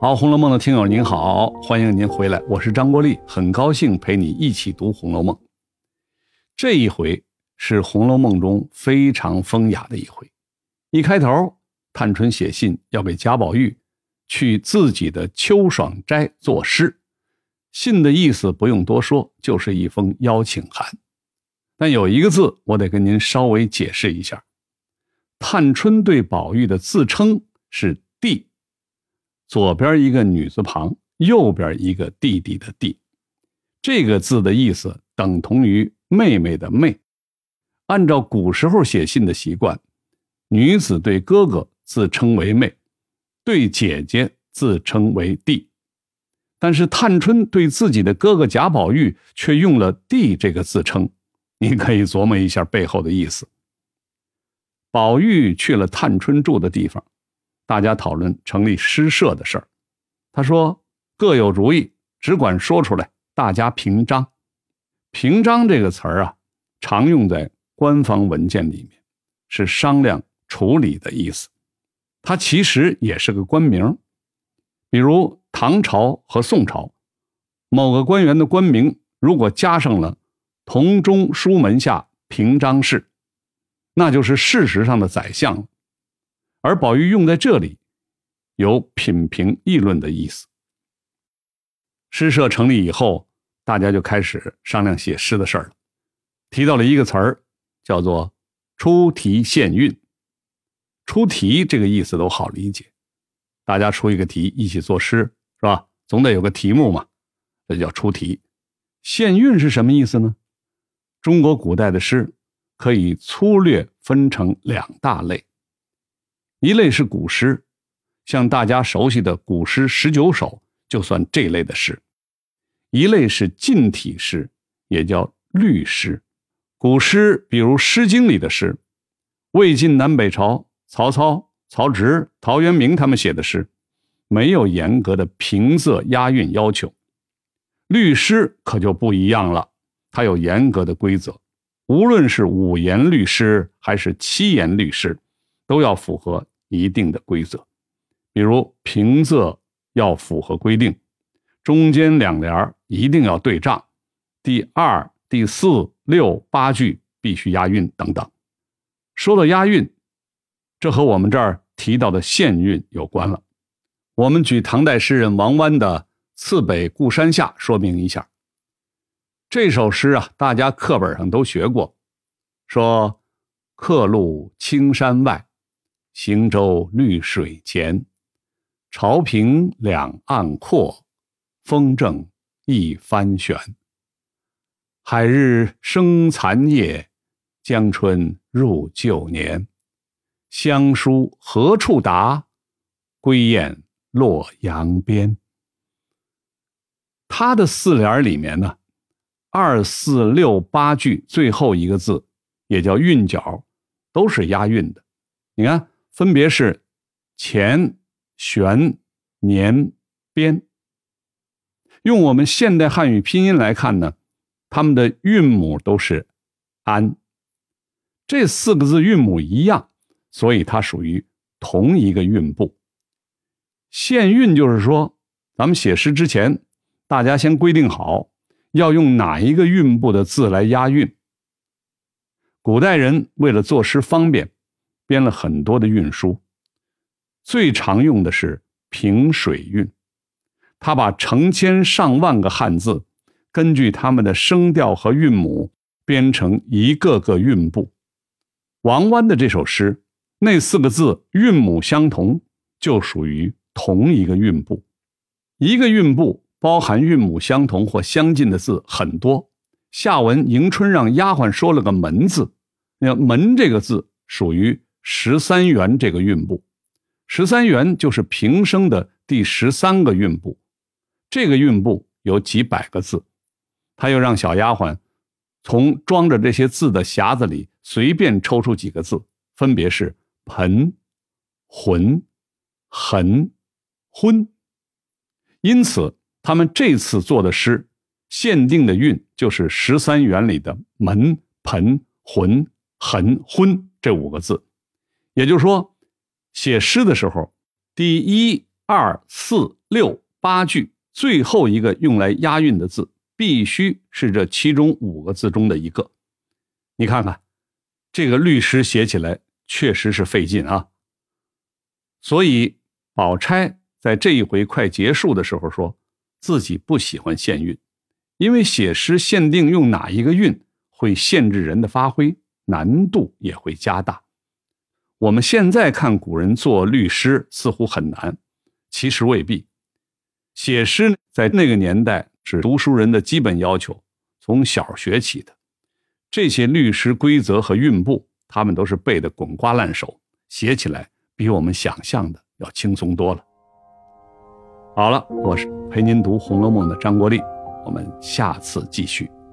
好，《红楼梦》的听友您好，欢迎您回来，我是张国立，很高兴陪你一起读《红楼梦》。这一回是《红楼梦》中非常风雅的一回。一开头，探春写信要给贾宝玉去自己的秋爽斋作诗，信的意思不用多说，就是一封邀请函。但有一个字我得跟您稍微解释一下，探春对宝玉的自称是弟，左边一个女字旁，右边一个弟弟的弟，这个字的意思等同于妹妹的妹。按照古时候写信的习惯，女子对哥哥自称为妹，对姐姐自称为弟。但是探春对自己的哥哥贾宝玉却用了弟这个自称，你可以琢磨一下背后的意思。宝玉去了探春住的地方，大家讨论成立诗社的事儿。他说各有主意，只管说出来，大家评章。评章这个词儿啊，常用在官方文件里面，是商量处理的意思。它其实也是个官名，比如唐朝和宋朝，某个官员的官名如果加上了同中书门下评章事，那就是事实上的宰相了。而宝玉用在这里，有品评议论的意思。诗社成立以后，大家就开始商量写诗的事儿了。提到了一个词儿，叫做出题献韵。出题这个意思都好理解，大家出一个题一起作诗，是吧？总得有个题目嘛，这叫出题。献韵是什么意思呢？中国古代的诗可以粗略分成两大类，一类是古诗，像大家熟悉的古诗19首就算这类的诗。一类是近体诗，也叫律诗。古诗比如《诗经》里的诗，魏晋南北朝曹操、曹植、陶渊明他们写的诗，没有严格的平仄押韵要求。律诗可就不一样了，它有严格的规则，无论是5言律诗还是7言律诗，都要符合一定的规则。比如平仄要符合规定，中间2联一定要对仗，第2、第4、6、8句必须押韵等等。说到押韵，这和我们这儿提到的献韵有关了。我们举唐代诗人王湾的《次北固山下》说明一下。这首诗啊，大家课本上都学过，说客路青山外，行舟绿水前，潮平两岸阔，风正一帆悬。海日生残夜，江春入旧年。乡书何处达？归雁洛阳边。他的4联里面呢，2、4、6、8句最后一个字也叫韵脚，都是押韵的。你看，分别是前、悬、年、边。用我们现代汉语拼音来看呢，它们的韵母都是安。这4个字韵母一样，所以它属于同一个韵部。献韵就是说，咱们写诗之前，大家先规定好要用哪一个韵部的字来押韵。古代人为了作诗方便，编了很多的韵书，最常用的是平水韵。他把成千上万个汉字根据它们的声调和韵母编成一个个韵部。王湾的这首诗，那4个字韵母相同，就属于同一个韵部。一个韵部包含韵母相同或相近的字很多。下文迎春让丫鬟说了个门字，那门这个字属于13元这个韵部。13元就是平声的第13个韵部，这个韵部有几百个字。他又让小丫鬟从装着这些字的匣子里随便抽出几个字，分别是盆、浑、痕、昏。因此他们这次做的诗限定的韵就是13元里的门、盆、浑、痕、昏这5个字。也就是说，写诗的时候，第一 2、4、6、8句最后一个用来押韵的字必须是这其中5个字中的一个。你看看这个律诗写起来确实是费劲啊。所以宝钗在这一回快结束的时候说自己不喜欢限韵，因为写诗限定用哪一个韵会限制人的发挥，难度也会加大。我们现在看古人做律诗似乎很难，其实未必。写诗在那个年代是读书人的基本要求，从小学起的。这些律诗规则和韵部他们都是背得滚瓜烂熟，写起来比我们想象的要轻松多了。好了，我是陪您读《红楼梦》的张国立，我们下次继续。